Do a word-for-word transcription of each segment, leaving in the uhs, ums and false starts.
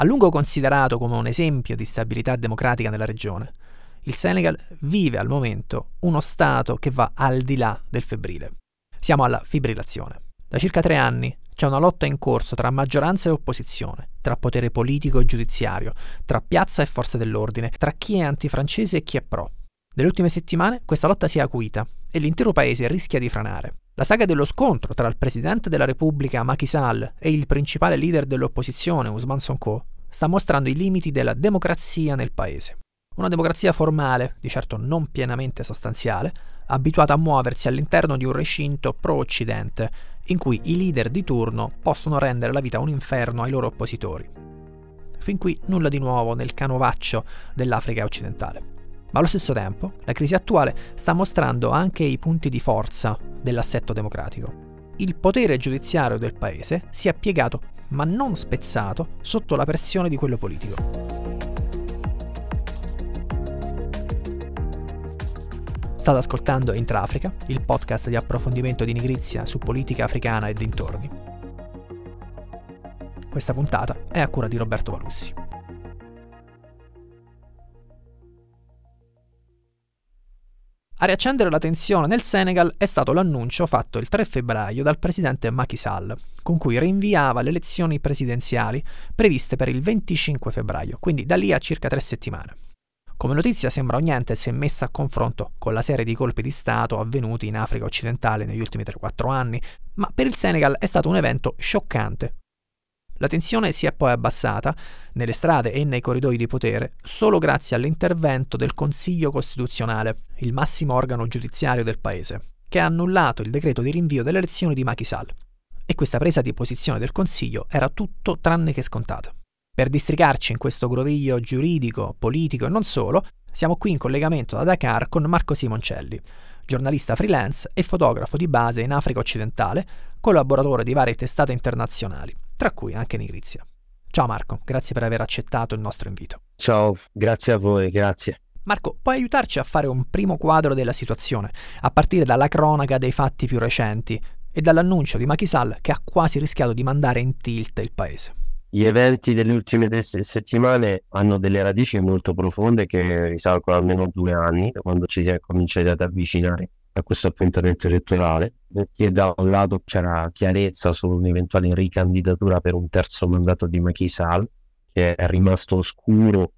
A lungo considerato come un esempio di stabilità democratica nella regione, il Senegal vive al momento uno stato che va al di là del febbrile. Siamo alla fibrillazione. Da circa tre anni c'è una lotta in corso tra maggioranza e opposizione, tra potere politico e giudiziario, tra piazza e forze dell'ordine, tra chi è antifrancese e chi è pro. Nelle ultime settimane questa lotta si è acuita e l'intero paese rischia di franare. La saga dello scontro tra il presidente della Repubblica Macky Sall e il principale leader dell'opposizione Ousmane Sonko sta mostrando i limiti della democrazia nel paese. Una democrazia formale, di certo non pienamente sostanziale, abituata a muoversi all'interno di un recinto pro-occidente, in cui i leader di turno possono rendere la vita un inferno ai loro oppositori. Fin qui nulla di nuovo nel canovaccio dell'Africa occidentale. Ma allo stesso tempo, la crisi attuale sta mostrando anche i punti di forza dell'assetto democratico. Il potere giudiziario del paese si è piegato, ma non spezzato, sotto la pressione di quello politico. State ascoltando Intra-Africa, il podcast di approfondimento di Nigrizia su politica africana e dintorni. Questa puntata è a cura di Roberto Valussi. A riaccendere la tensione nel Senegal è stato l'annuncio fatto il tre febbraio dal presidente Macky Sall, con cui rinviava le elezioni presidenziali previste per il venticinque febbraio, quindi da lì a circa tre settimane. Come notizia sembra un niente se messa a confronto con la serie di colpi di Stato avvenuti in Africa occidentale negli ultimi tre quattro anni, ma per il Senegal è stato un evento scioccante. La tensione si è poi abbassata, nelle strade e nei corridoi di potere, solo grazie all'intervento del Consiglio Costituzionale, il massimo organo giudiziario del paese, che ha annullato il decreto di rinvio delle elezioni di Macky Sall. E questa presa di posizione del Consiglio era tutto tranne che scontata. Per districarci in questo groviglio giuridico, politico e non solo, siamo qui in collegamento da Dakar con Marco Simoncelli, giornalista freelance e fotografo di base in Africa occidentale, collaboratore di varie testate internazionali, tra cui anche Nigrizia. Ciao Marco, grazie per aver accettato il nostro invito. Ciao, grazie a voi, grazie. Marco, puoi aiutarci a fare un primo quadro della situazione, a partire dalla cronaca dei fatti più recenti e dall'annuncio di Macky Sall che ha quasi rischiato di mandare in tilt il paese? Gli eventi delle ultime settimane hanno delle radici molto profonde che risalgono almeno due anni, da quando ci si è cominciati ad avvicinare a questo appuntamento elettorale, perché da un lato c'era chiarezza su un'eventuale ricandidatura per un terzo mandato di Macky Sall, che è rimasto oscuro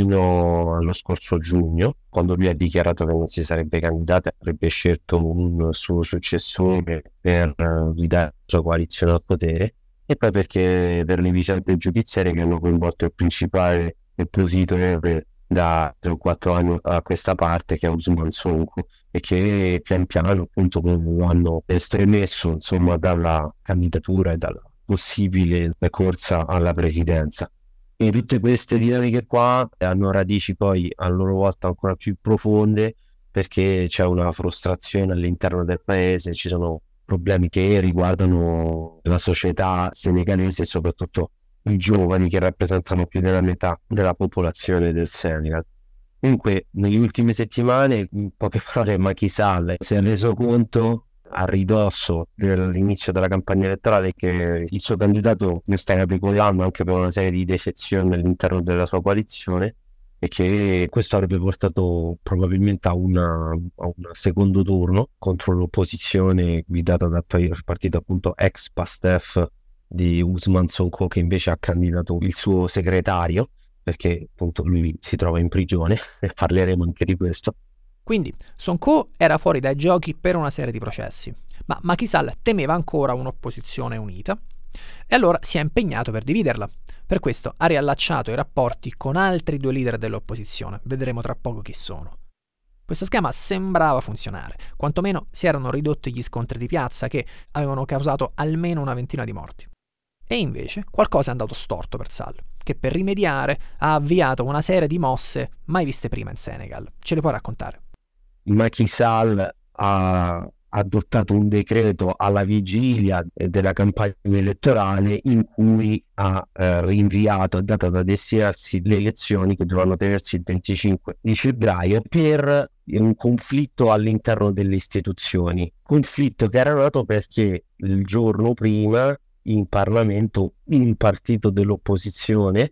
fino allo scorso giugno, quando lui ha dichiarato che non si sarebbe candidato e avrebbe scelto un suo successore per guidare la sua coalizione al potere. E poi perché per le vicende giudiziarie che hanno coinvolto il principale oppositore da tre o quattro anni a questa parte, che è Ousmane Sonko, e che pian piano appunto lo hanno estremesso insomma dalla candidatura e dalla possibile corsa alla presidenza. E tutte queste dinamiche qua hanno radici poi a loro volta ancora più profonde, perché c'è una frustrazione all'interno del paese, ci sono problemi che riguardano la società senegalese e soprattutto i giovani, che rappresentano più della metà della popolazione del Senegal. Comunque, nelle ultime settimane, in poche parole, Macky Sall si è reso conto a ridosso dell'inizio della campagna elettorale che il suo candidato ne sta decollando anche per una serie di defezioni all'interno della sua coalizione, e che questo avrebbe portato probabilmente a, una, a un secondo turno contro l'opposizione guidata dal partito appunto ex Pastef di Ousmane Sonko, che invece ha candidato il suo segretario, perché appunto lui si trova in prigione e parleremo anche di questo. Quindi Sonko era fuori dai giochi per una serie di processi, ma Macky Sall temeva ancora un'opposizione unita e allora si è impegnato per dividerla. Per questo ha riallacciato i rapporti con altri due leader dell'opposizione, vedremo tra poco chi sono. Questo schema sembrava funzionare, quantomeno si erano ridotti gli scontri di piazza che avevano causato almeno una ventina di morti. E invece qualcosa è andato storto per Sall, che per rimediare ha avviato una serie di mosse mai viste prima in Senegal. Ce le puoi raccontare? Macky Sall ha adottato un decreto alla vigilia della campagna elettorale in cui ha eh, rinviato a data da destinarsi le elezioni che dovranno tenersi il venticinque di febbraio per un conflitto all'interno delle istituzioni, conflitto che era nato perché il giorno prima in Parlamento un partito dell'opposizione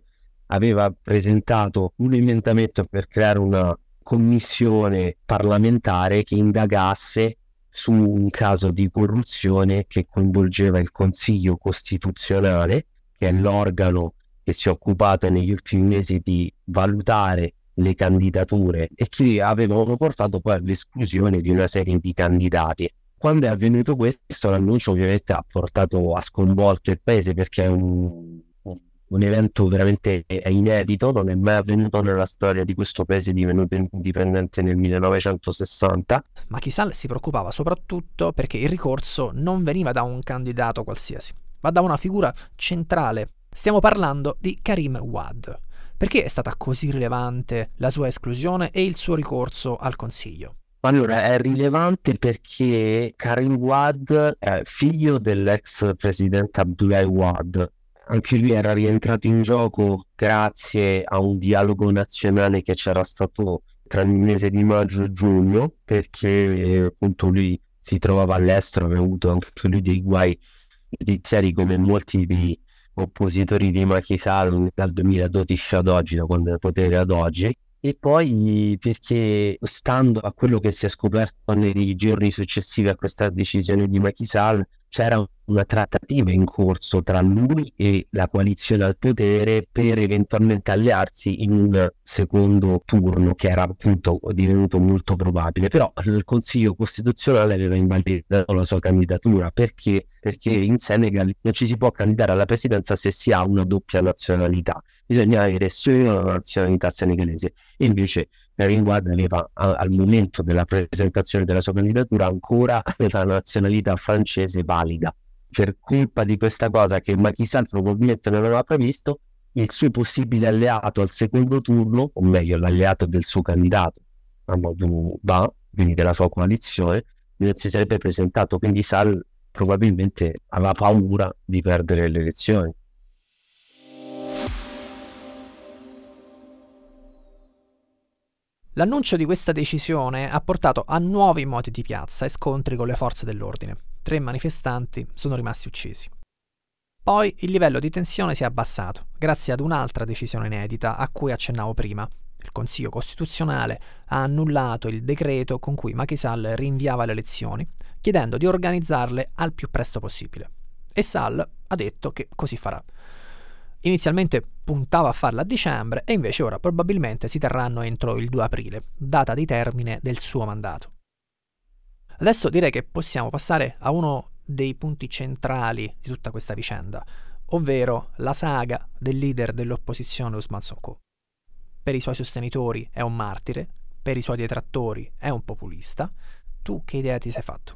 aveva presentato un emendamento per creare una commissione parlamentare che indagasse su un caso di corruzione che coinvolgeva il Consiglio Costituzionale, che è l'organo che si è occupato negli ultimi mesi di valutare le candidature e che avevano portato poi all'esclusione di una serie di candidati. Quando è avvenuto questo, l'annuncio ovviamente ha portato, ha sconvolto il paese, perché è un, un evento veramente inedito, non è mai avvenuto nella storia di questo paese divenuto indipendente nel millenovecentosessanta. Macky Sall si preoccupava soprattutto perché il ricorso non veniva da un candidato qualsiasi, ma da una figura centrale. Stiamo parlando di Karim Wad. Perché è stata così rilevante la sua esclusione e il suo ricorso al Consiglio? Allora, è rilevante perché Karim Wad è figlio dell'ex presidente Abdoulaye Wad. Anche lui era rientrato in gioco grazie a un dialogo nazionale che c'era stato tra il mese di maggio e giugno, perché eh, appunto lui si trovava all'estero, aveva avuto anche lui dei guai giudiziari come molti dei oppositori di Macky Sall dal duemiladodici ad oggi, da quando è al potere ad oggi. E poi perché, stando a quello che si è scoperto nei giorni successivi a questa decisione di Macky Sall, c'era una trattativa in corso tra lui e la coalizione al potere per eventualmente allearsi in un secondo turno, che era appunto divenuto molto probabile. Però il Consiglio Costituzionale aveva invalidato la sua candidatura. Perché? Perché in Senegal non ci si può candidare alla presidenza se si ha una doppia nazionalità. Bisogna avere solo la nazionalità senegalese. E invece Karim Wad aveva a, al momento della presentazione della sua candidatura ancora la nazionalità francese valida. Per colpa di questa cosa che Macky Sall probabilmente non aveva previsto, il suo possibile alleato al secondo turno, o meglio l'alleato del suo candidato Amadou Ba, quindi della sua coalizione, non si sarebbe presentato. Quindi Sall probabilmente aveva paura di perdere le elezioni. L'annuncio di questa decisione ha portato a nuovi moti di piazza e scontri con le forze dell'ordine. Tre manifestanti sono rimasti uccisi. Poi il livello di tensione si è abbassato, grazie ad un'altra decisione inedita a cui accennavo prima. Il Consiglio Costituzionale ha annullato il decreto con cui Macky Sall rinviava le elezioni, chiedendo di organizzarle al più presto possibile. E Sall ha detto che così farà. Inizialmente puntava a farla a dicembre e invece ora probabilmente si terranno entro il due aprile, data di termine del suo mandato. Adesso direi che possiamo passare a uno dei punti centrali di tutta questa vicenda, ovvero la saga del leader dell'opposizione Ousmane Sonko. Per i suoi sostenitori è un martire, per i suoi detrattori è un populista. Tu che idea ti sei fatto?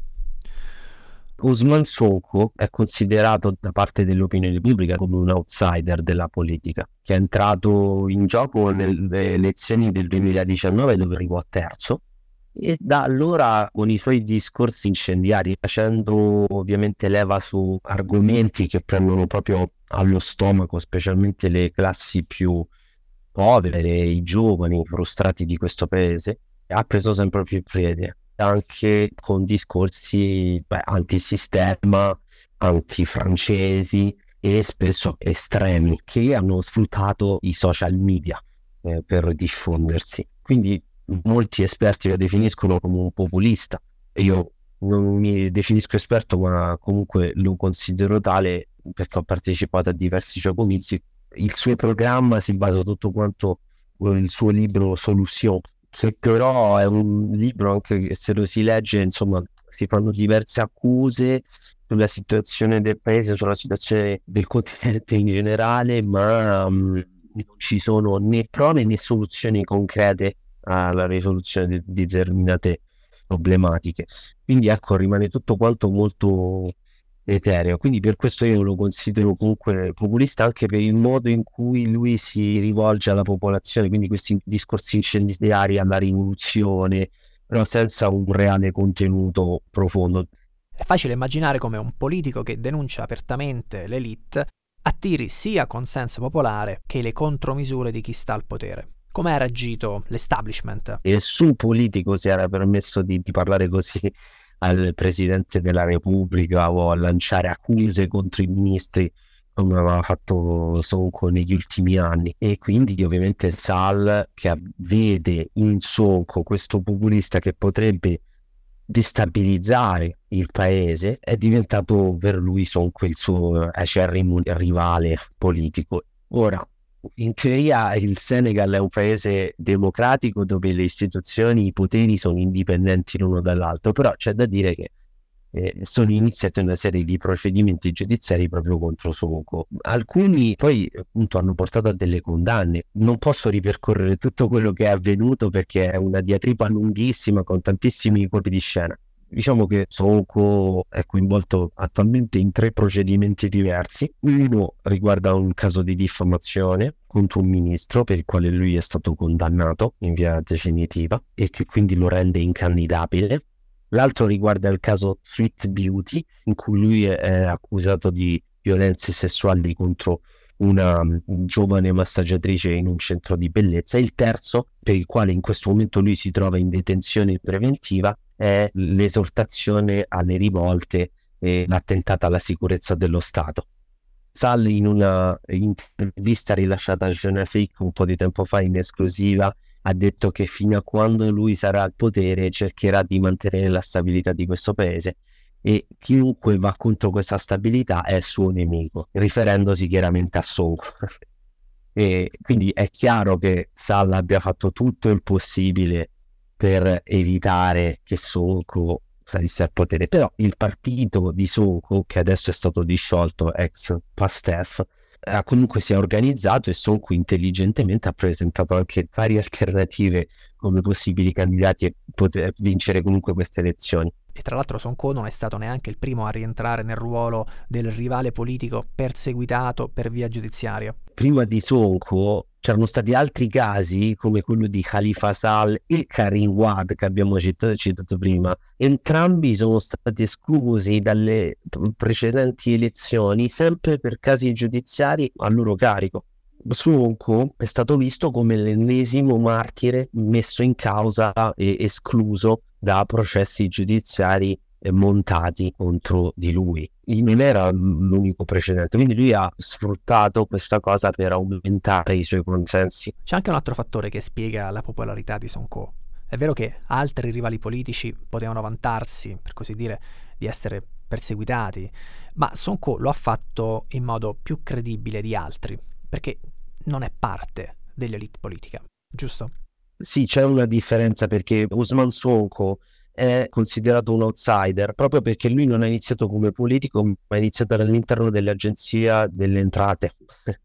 Ousmane Sonko è considerato da parte dell'opinione pubblica come un outsider della politica, che è entrato in gioco nelle elezioni del duemiladiciannove dove arrivò terzo, e da allora con i suoi discorsi incendiari, facendo ovviamente leva su argomenti che prendono proprio allo stomaco specialmente le classi più povere, i giovani frustrati di questo paese, ha preso sempre più piede, anche con discorsi beh, antisistema, antifrancesi e spesso estremi, che hanno sfruttato i social media eh, per diffondersi. Quindi molti esperti lo definiscono come un populista, e io non mi definisco esperto, ma comunque lo considero tale perché ho partecipato a diversi suoi comizi. Il suo programma si basa tutto quanto il suo libro Solution, che però è un libro anche che, se lo si legge, insomma, si fanno diverse accuse sulla situazione del paese, sulla situazione del continente in generale, ma um, non ci sono né prove né soluzioni concrete alla risoluzione di, di determinate problematiche. Quindi ecco, rimane tutto quanto molto etereo. Quindi per questo io lo considero comunque populista, anche per il modo in cui lui si rivolge alla popolazione, quindi questi discorsi incendiari alla rivoluzione, però senza un reale contenuto profondo. È facile immaginare come un politico che denuncia apertamente l'élite attiri sia consenso popolare che le contromisure di chi sta al potere. Come ha reagito l'establishment? Nessun politico si era permesso di, di parlare così al Presidente della Repubblica o a lanciare accuse contro i ministri come aveva fatto Sonko negli ultimi anni, e quindi ovviamente Sall, che vede in Sonko questo populista che potrebbe destabilizzare il paese, è diventato per lui Sonko il suo acerrimo rivale politico. Ora, in teoria il Senegal è un paese democratico dove le istituzioni, i poteri sono indipendenti l'uno dall'altro, però c'è da dire che eh, sono iniziate una serie di procedimenti giudiziari proprio contro Sonko. Alcuni poi appunto hanno portato a delle condanne. Non posso ripercorrere tutto quello che è avvenuto perché è una diatriba lunghissima con tantissimi colpi di scena. Diciamo che Sonko è coinvolto attualmente in tre procedimenti diversi. Uno riguarda un caso di diffamazione contro un ministro per il quale lui è stato condannato in via definitiva e che quindi lo rende incandidabile. L'altro riguarda il caso Sweet Beauty, in cui lui è accusato di violenze sessuali contro una giovane massaggiatrice in un centro di bellezza. Il terzo, per il quale in questo momento lui si trova in detenzione preventiva, è l'esortazione alle rivolte e l'attentato alla sicurezza dello Stato. Sall, in una intervista rilasciata a Jeune Afrique un po' di tempo fa in esclusiva, ha detto che fino a quando lui sarà al potere cercherà di mantenere la stabilità di questo paese e chiunque va contro questa stabilità è suo nemico, riferendosi chiaramente a Sonko. E quindi è chiaro che Sall abbia fatto tutto il possibile per evitare che Sonko salisse al potere, però il partito di Sonko, che adesso è stato disciolto, ex Pastef, eh, comunque si è organizzato e Sonko intelligentemente ha presentato anche varie alternative come possibili candidati a poter vincere comunque queste elezioni. E tra l'altro Sonko non è stato neanche il primo a rientrare nel ruolo del rivale politico perseguitato per via giudiziaria. Prima di Sonko c'erano stati altri casi come quello di Khalifa Sall e Karim Wade che abbiamo citato, citato prima. Entrambi sono stati esclusi dalle precedenti elezioni sempre per casi giudiziari a loro carico. Sonko è stato visto come l'ennesimo martire messo in causa e escluso da processi giudiziari montati contro di lui. Non era l'unico precedente, quindi lui ha sfruttato questa cosa per aumentare i suoi consensi. C'è anche un altro fattore che spiega la popolarità di Sonko. È vero che altri rivali politici potevano vantarsi, per così dire, di essere perseguitati, ma Sonko lo ha fatto in modo più credibile di altri, perché non è parte dell'elite politica, giusto? Sì, c'è una differenza perché Ousmane Sonko è considerato un outsider proprio perché lui non ha iniziato come politico, ma ha iniziato all'interno dell'agenzia delle entrate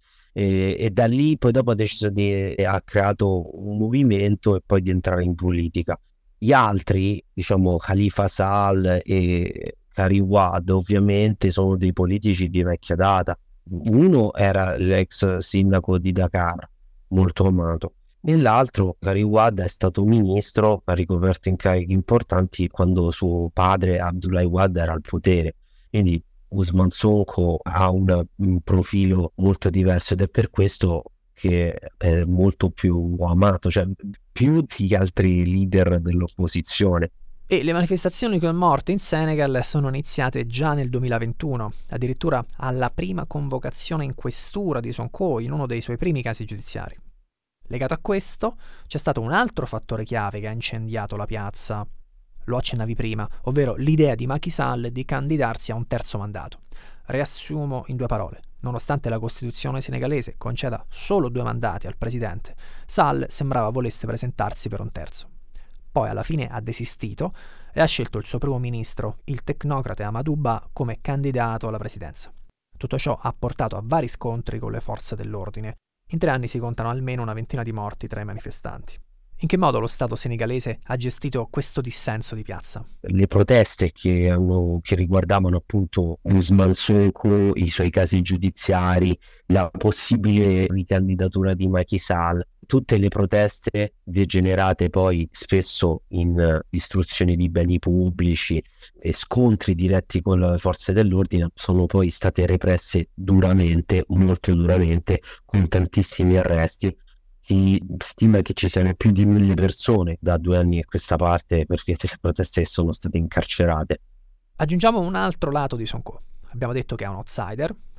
e, e da lì poi dopo ha deciso di ha creato un movimento e poi di entrare in politica. Gli altri, diciamo Khalifa Sall e Karim Wade, ovviamente sono dei politici di vecchia data. Uno era l'ex sindaco di Dakar, molto amato, e l'altro, Karim Wade, è stato ministro, ha ricoperto incarichi importanti quando suo padre Abdoulaye Wade era al potere. Quindi Ousmane Sonko ha una, un profilo molto diverso ed è per questo che è molto più amato, cioè più di altri leader dell'opposizione. E le manifestazioni con morte in Senegal sono iniziate già nel duemilaventuno, addirittura alla prima convocazione in questura di Sonko in uno dei suoi primi casi giudiziari. Legato a questo c'è stato un altro fattore chiave che ha incendiato la piazza. Lo accennavi prima, ovvero l'idea di Macky Sall di candidarsi a un terzo mandato. Riassumo in due parole. Nonostante la Costituzione senegalese conceda solo due mandati al presidente, Sall sembrava volesse presentarsi per un terzo. Poi alla fine ha desistito e ha scelto il suo primo ministro, il tecnocrate Amadou Ba, come candidato alla presidenza. Tutto ciò ha portato a vari scontri con le forze dell'ordine. In tre anni si contano almeno una ventina di morti tra i manifestanti. In che modo lo Stato senegalese ha gestito questo dissenso di piazza? Le proteste che, hanno, che riguardavano appunto Ousmane Sonko, i suoi casi giudiziari, la possibile ricandidatura di Macky Sall, tutte le proteste degenerate poi spesso in uh, distruzione di beni pubblici e scontri diretti con le forze dell'ordine sono poi state represse duramente, molto duramente, con tantissimi arresti. Si stima che ci siano più di mille persone da due anni a questa parte per via delle proteste che sono state incarcerate. Aggiungiamo un altro lato di Sonko. Abbiamo detto che è un outsider,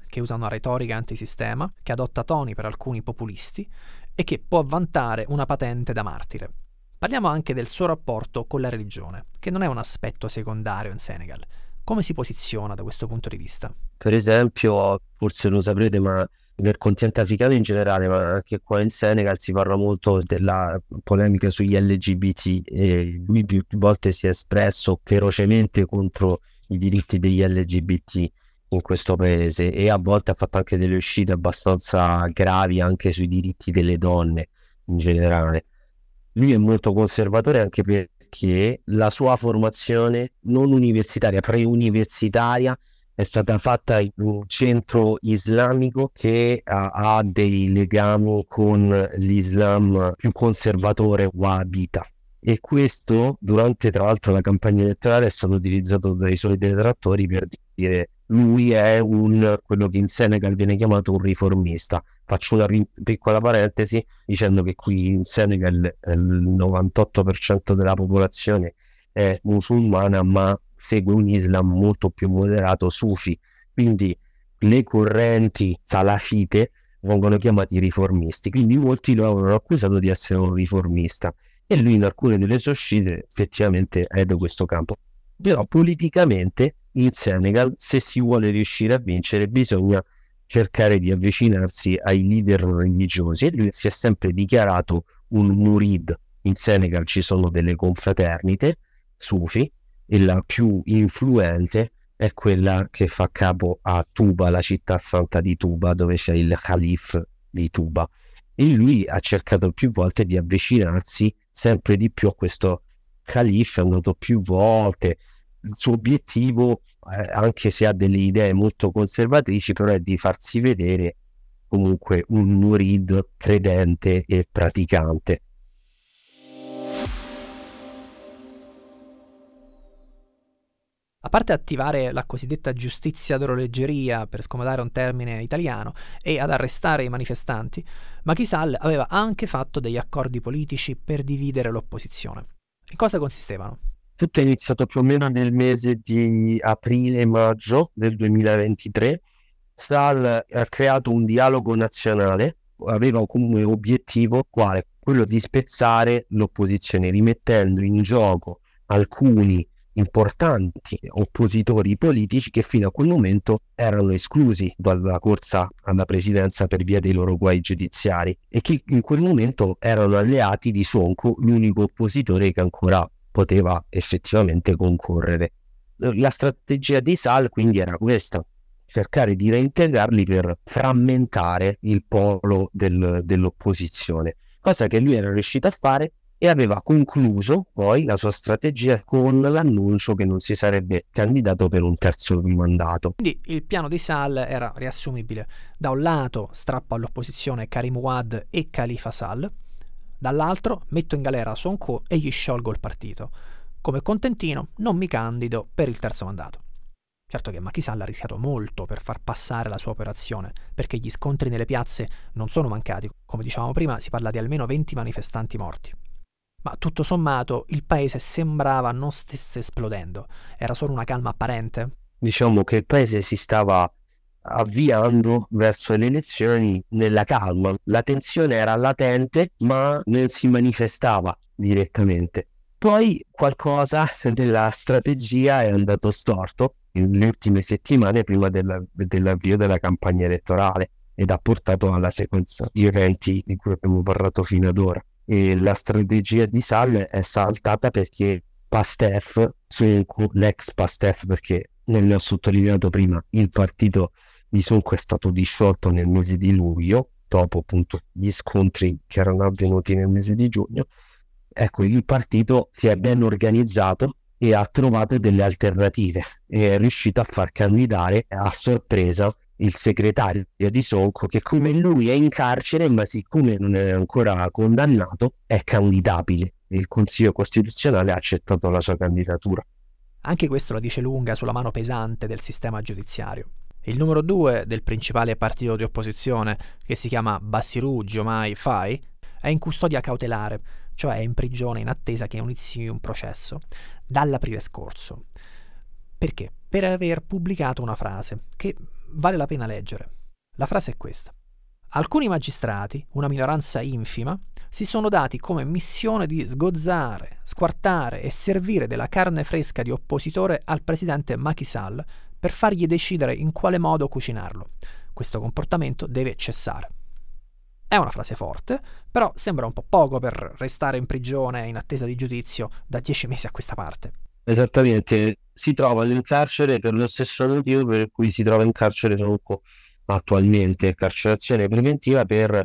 che usa una retorica antisistema, che adotta toni per alcuni populisti e che può vantare una patente da martire. Parliamo anche del suo rapporto con la religione, che non è un aspetto secondario in Senegal. Come si posiziona da questo punto di vista? Per esempio, forse lo saprete, ma nel continente africano in generale, ma anche qua in Senegal, si parla molto della polemica sugli L G B T e lui più volte si è espresso ferocemente contro i diritti degli L G B T in questo paese e a volte ha fatto anche delle uscite abbastanza gravi anche sui diritti delle donne in generale. Lui è molto conservatore anche perché la sua formazione non universitaria, pre-universitaria, è stata fatta in un centro islamico che ha, ha dei legami con l'Islam più conservatore wahhabita. E questo, durante tra l'altro la campagna elettorale, è stato utilizzato dai suoi detrattori per dire lui è un quello che in Senegal viene chiamato un riformista. Faccio una piccola parentesi dicendo che qui in Senegal eh, il novantotto per cento della popolazione è musulmana, ma segue un Islam molto più moderato, sufi, quindi le correnti salafite vengono chiamati riformisti, quindi molti lo avevano accusato di essere un riformista e lui in alcune delle sue uscite effettivamente è da questo campo. Però politicamente in Senegal, se si vuole riuscire a vincere, bisogna cercare di avvicinarsi ai leader religiosi e lui si è sempre dichiarato un murid. In Senegal ci sono delle confraternite sufi e la più influente è quella che fa capo a Touba, la città santa di Touba, dove c'è il Calif di Touba, e lui ha cercato più volte di avvicinarsi sempre di più a questo Calif, è andato più volte. Il suo obiettivo, eh, anche se ha delle idee molto conservatrici, però è di farsi vedere comunque un murid credente e praticante. A parte attivare la cosiddetta giustizia d'orologeria, per scomodare un termine italiano, e ad arrestare i manifestanti, Macky Sall aveva anche fatto degli accordi politici per dividere l'opposizione. In cosa consistevano? Tutto è iniziato più o meno nel mese di aprile-maggio del duemilaventitré. Sall ha creato un dialogo nazionale, aveva come obiettivo quale? Quello di spezzare l'opposizione, rimettendo in gioco alcuni importanti oppositori politici che fino a quel momento erano esclusi dalla corsa alla presidenza per via dei loro guai giudiziari e che in quel momento erano alleati di Sonko, l'unico oppositore che ancora poteva effettivamente concorrere. La strategia di Sall quindi era questa: cercare di reintegrarli per frammentare il polo del, dell'opposizione, cosa che lui era riuscito a fare e aveva concluso poi la sua strategia con l'annuncio che non si sarebbe candidato per un terzo mandato. Quindi il piano di Sall era riassumibile: da un lato strappo all'opposizione Karim Ouad e Khalifa Sall, dall'altro metto in galera Sonko e gli sciolgo il partito. Come contentino non mi candido per il terzo mandato. Certo che Macky Sall ha rischiato molto per far passare la sua operazione, perché gli scontri nelle piazze non sono mancati. Come dicevamo prima, si parla di almeno venti manifestanti morti. Ma tutto sommato il paese sembrava non stesse esplodendo. Era solo una calma apparente? Diciamo che il paese si stava avviando verso le elezioni nella calma. La tensione era latente, ma non si manifestava direttamente. Poi qualcosa della strategia è andato storto nelle ultime settimane prima della, dell'avvio della campagna elettorale ed ha portato alla sequenza di eventi di cui abbiamo parlato fino ad ora. E la strategia di Sall è saltata perché Pastef, Sonko, l'ex Pastef, perché ne ho sottolineato prima, il partito di Sonko è stato disciolto nel mese di luglio, dopo appunto gli scontri che erano avvenuti nel mese di giugno. Ecco, il partito si è ben organizzato e ha trovato delle alternative e è riuscito a far candidare a sorpresa il segretario di Sonko, che come lui è in carcere, ma siccome non è ancora condannato è candidabile. Il Consiglio Costituzionale ha accettato la sua candidatura. Anche questo la dice lunga sulla mano pesante del sistema giudiziario. Il numero due del principale partito di opposizione, che si chiama Bassirou Diomaye Faye, è in custodia cautelare, cioè è in prigione in attesa che inizi un processo, dall'aprile scorso. Perché? Per aver pubblicato una frase che vale la pena leggere. La frase è questa: alcuni magistrati, una minoranza infima, si sono dati come missione di sgozzare, squartare e servire della carne fresca di oppositore al presidente Macky Sall per fargli decidere in quale modo cucinarlo. Questo comportamento deve cessare. È una frase forte, però sembra un po' poco per restare in prigione in attesa di giudizio da dieci mesi a questa parte. Esattamente, si trovano in carcere per lo stesso motivo per cui si trova in carcere troppo attualmente, carcerazione preventiva per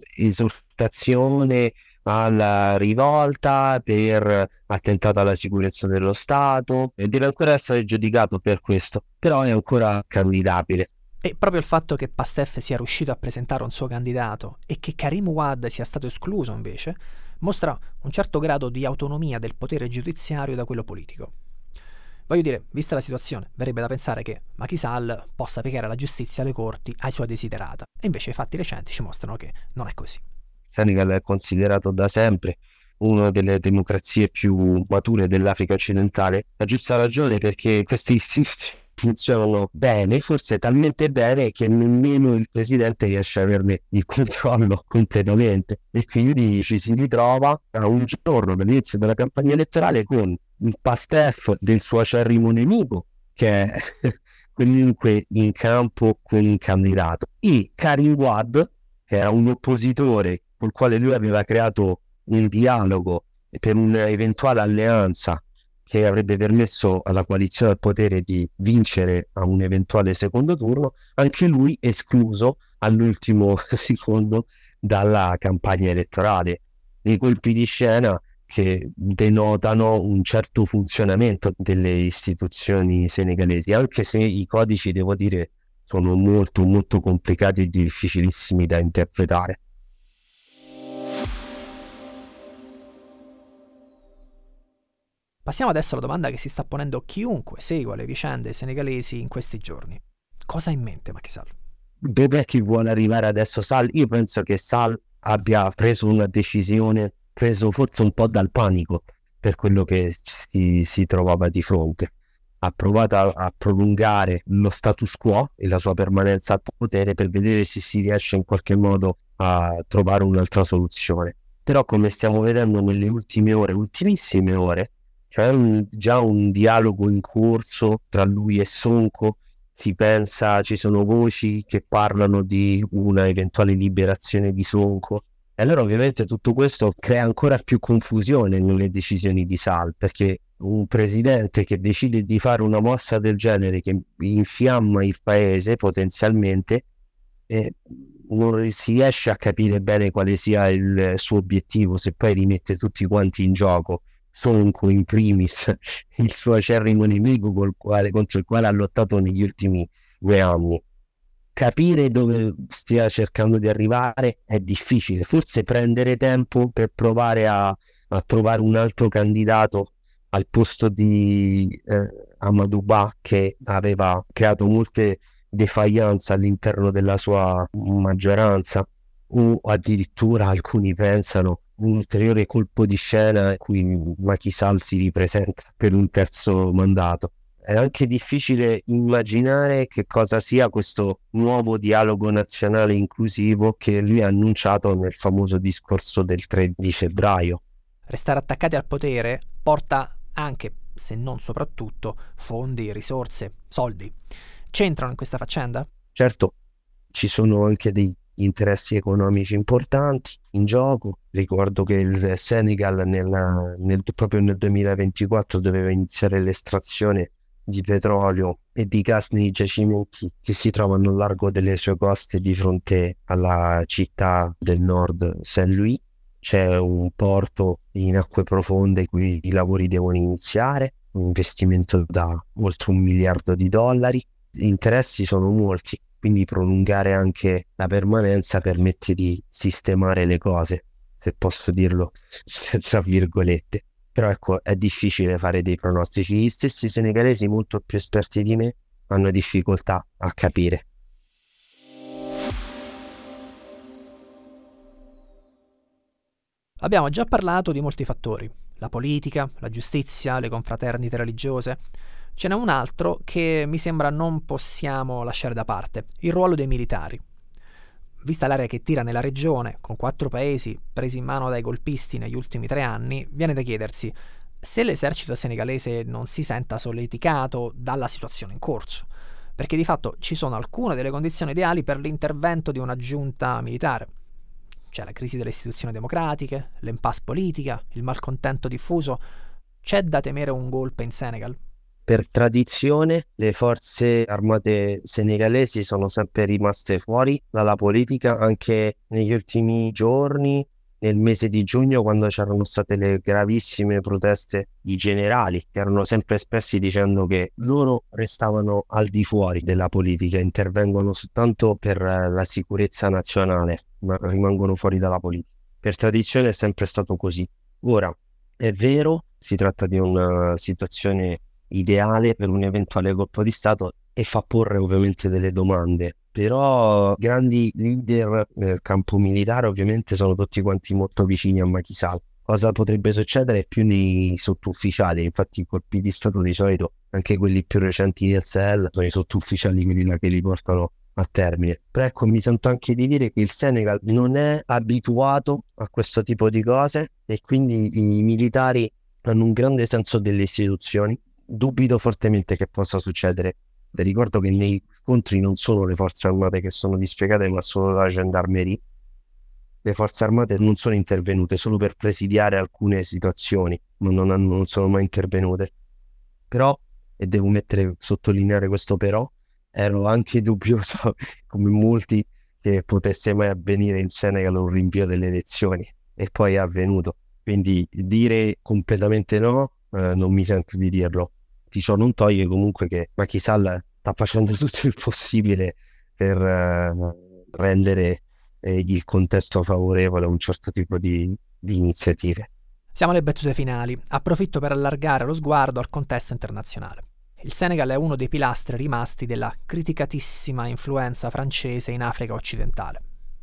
esortazione alla rivolta, per attentato alla sicurezza dello Stato, e deve ancora essere giudicato per questo, però è ancora candidabile. E proprio il fatto che Pastef sia riuscito a presentare un suo candidato e che Karim Ouad sia stato escluso invece mostra un certo grado di autonomia del potere giudiziario da quello politico. Voglio dire, vista la situazione, verrebbe da pensare che Macky Sall possa piegare la giustizia alle corti ai suoi desiderata, e invece i fatti recenti ci mostrano che non è così. Senegal è considerato da sempre una delle democrazie più mature dell'Africa occidentale, a giusta ragione, perché queste istituzioni funzionano bene, forse talmente bene che nemmeno il presidente riesce a averne il controllo completamente, e quindi ci si ritrova a un giorno dall'inizio della campagna elettorale con il Pastef del suo acerrimo nemico che è comunque in campo con un candidato, e Karim Ouad, che era un oppositore col quale lui aveva creato un dialogo per un'eventuale alleanza che avrebbe permesso alla coalizione al potere di vincere a un eventuale secondo turno, anche lui escluso all'ultimo secondo dalla campagna elettorale. Dei colpi di scena che denotano un certo funzionamento delle istituzioni senegalesi, anche se i codici, devo dire, sono molto molto complicati e difficilissimi da interpretare. Passiamo adesso alla domanda che si sta ponendo chiunque segua le vicende senegalesi in questi giorni. Cosa ha in mente Macky Sall? Dov'è che vuole arrivare adesso Sall? Io penso che Sall abbia preso una decisione, preso forse un po' dal panico per quello che si, si trovava di fronte. Ha provato a, a prolungare lo status quo e la sua permanenza al potere per vedere se si riesce in qualche modo a trovare un'altra soluzione. Però, come stiamo vedendo nelle ultime ore, ultimissime ore, c'è un, già un dialogo in corso tra lui e Sonko. Si pensa, ci sono voci che parlano di una eventuale liberazione di Sonko, e allora ovviamente tutto questo crea ancora più confusione nelle decisioni di Sall, perché un presidente che decide di fare una mossa del genere che infiamma il paese potenzialmente, eh, non si riesce a capire bene quale sia il suo obiettivo, se poi rimette tutti quanti in gioco, Sonko in primis, il suo acerrimo nemico col quale, contro il quale ha lottato negli ultimi due anni. Capire dove stia cercando di arrivare è difficile, forse prendere tempo per provare a, a trovare un altro candidato al posto di eh, Amadou Ba, che aveva creato molte defiance all'interno della sua maggioranza, o addirittura alcuni pensano un ulteriore colpo di scena in cui Macky Sall si ripresenta per un terzo mandato. È anche difficile immaginare che cosa sia questo nuovo dialogo nazionale inclusivo che lui ha annunciato nel famoso discorso del tre di febbraio. Restare attaccati al potere porta anche, se non soprattutto, fondi, risorse, soldi. C'entrano in questa faccenda? Certo, ci sono anche degli interessi economici importanti in gioco. Ricordo che il Senegal nella, nel, proprio nel duemilaventiquattro doveva iniziare l'estrazione di petrolio e di gas nei giacimenti che si trovano al largo delle sue coste di fronte alla città del nord Saint-Louis. C'è un porto in acque profonde cui i lavori devono iniziare, un investimento da oltre un miliardo di dollari. Gli interessi sono molti, quindi prolungare anche la permanenza permette di sistemare le cose, se posso dirlo tra virgolette. Però ecco, è difficile fare dei pronostici. Gli stessi senegalesi, molto più esperti di me, hanno difficoltà a capire. Abbiamo già parlato di molti fattori: la politica, la giustizia, le confraternite religiose. Ce n'è un altro che mi sembra non possiamo lasciare da parte, il ruolo dei militari. Vista l'area che tira nella regione, con quattro paesi presi in mano dai golpisti negli ultimi tre anni, viene da chiedersi se l'esercito senegalese non si senta solleticato dalla situazione in corso, perché di fatto ci sono alcune delle condizioni ideali per l'intervento di una giunta militare. C'è la crisi delle istituzioni democratiche, l'impasse politica, il malcontento diffuso. C'è da temere un golpe in Senegal? Per tradizione le forze armate senegalesi sono sempre rimaste fuori dalla politica, anche negli ultimi giorni, nel mese di giugno, quando c'erano state le gravissime proteste di generali che erano sempre espressi dicendo che loro restavano al di fuori della politica, intervengono soltanto per la sicurezza nazionale, ma rimangono fuori dalla politica. Per tradizione è sempre stato così. Ora, è vero, si tratta di una situazione ideale per un eventuale colpo di stato e fa porre ovviamente delle domande, però grandi leader nel campo militare ovviamente sono tutti quanti molto vicini a Macky Sall. Cosa potrebbe succedere più nei sottufficiali, infatti i colpi di stato di solito, anche quelli più recenti del Sahel, sono i sottufficiali quelli là che li portano a termine. Però ecco, mi sento anche di dire che il Senegal non è abituato a questo tipo di cose e quindi i militari hanno un grande senso delle istituzioni. Dubito fortemente che possa succedere. Vi ricordo che nei scontri non sono le forze armate che sono dispiegate, ma solo la gendarmerie. Le forze armate non sono intervenute solo per presidiare alcune situazioni, ma non, hanno, non sono mai intervenute. Però, e devo mettere, sottolineare questo però, ero anche dubbioso, come molti, che potesse mai avvenire in Senegal un rinvio delle elezioni, e poi è avvenuto. Quindi dire completamente no, eh, non mi sento di dirlo. Di ciò non toglie comunque che Macky Sall sta facendo tutto il possibile per eh, rendere eh, il contesto favorevole a un certo tipo di, di iniziative. Siamo alle battute finali. Approfitto per allargare lo sguardo al contesto internazionale. Il Senegal è uno dei pilastri rimasti della criticatissima influenza francese in Africa occidentale.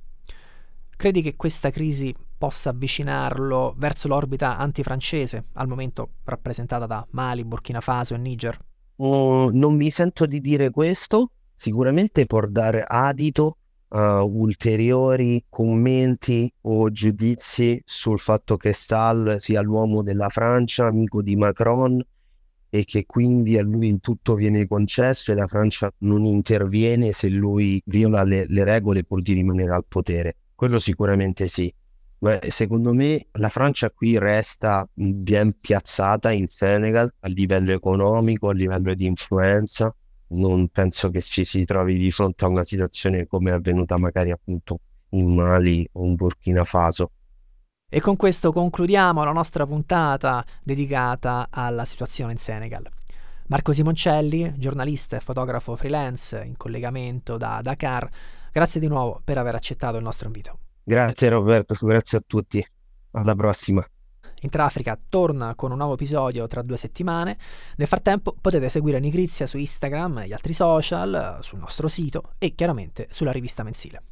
Credi che questa crisi possa avvicinarlo verso l'orbita antifrancese, al momento rappresentata da Mali, Burkina Faso e Niger? Oh, non mi sento di dire questo, sicuramente può dare adito a ulteriori commenti o giudizi sul fatto che Sall sia l'uomo della Francia, amico di Macron, e che quindi a lui tutto viene concesso e la Francia non interviene se lui viola le, le regole pur di rimanere al potere. Quello sicuramente sì, ma secondo me la Francia qui resta ben piazzata in Senegal a livello economico, a livello di influenza. Non penso che ci si trovi di fronte a una situazione come è avvenuta magari appunto in Mali o in Burkina Faso. E con questo concludiamo la nostra puntata dedicata alla situazione in Senegal. Marco Simoncelli, giornalista e fotografo freelance in collegamento da Dakar, grazie di nuovo per aver accettato il nostro invito. Grazie Roberto, grazie a tutti. Alla prossima. Intrafrica torna con un nuovo episodio tra due settimane. Nel frattempo potete seguire Nigrizia su Instagram e gli altri social, sul nostro sito e chiaramente sulla rivista mensile.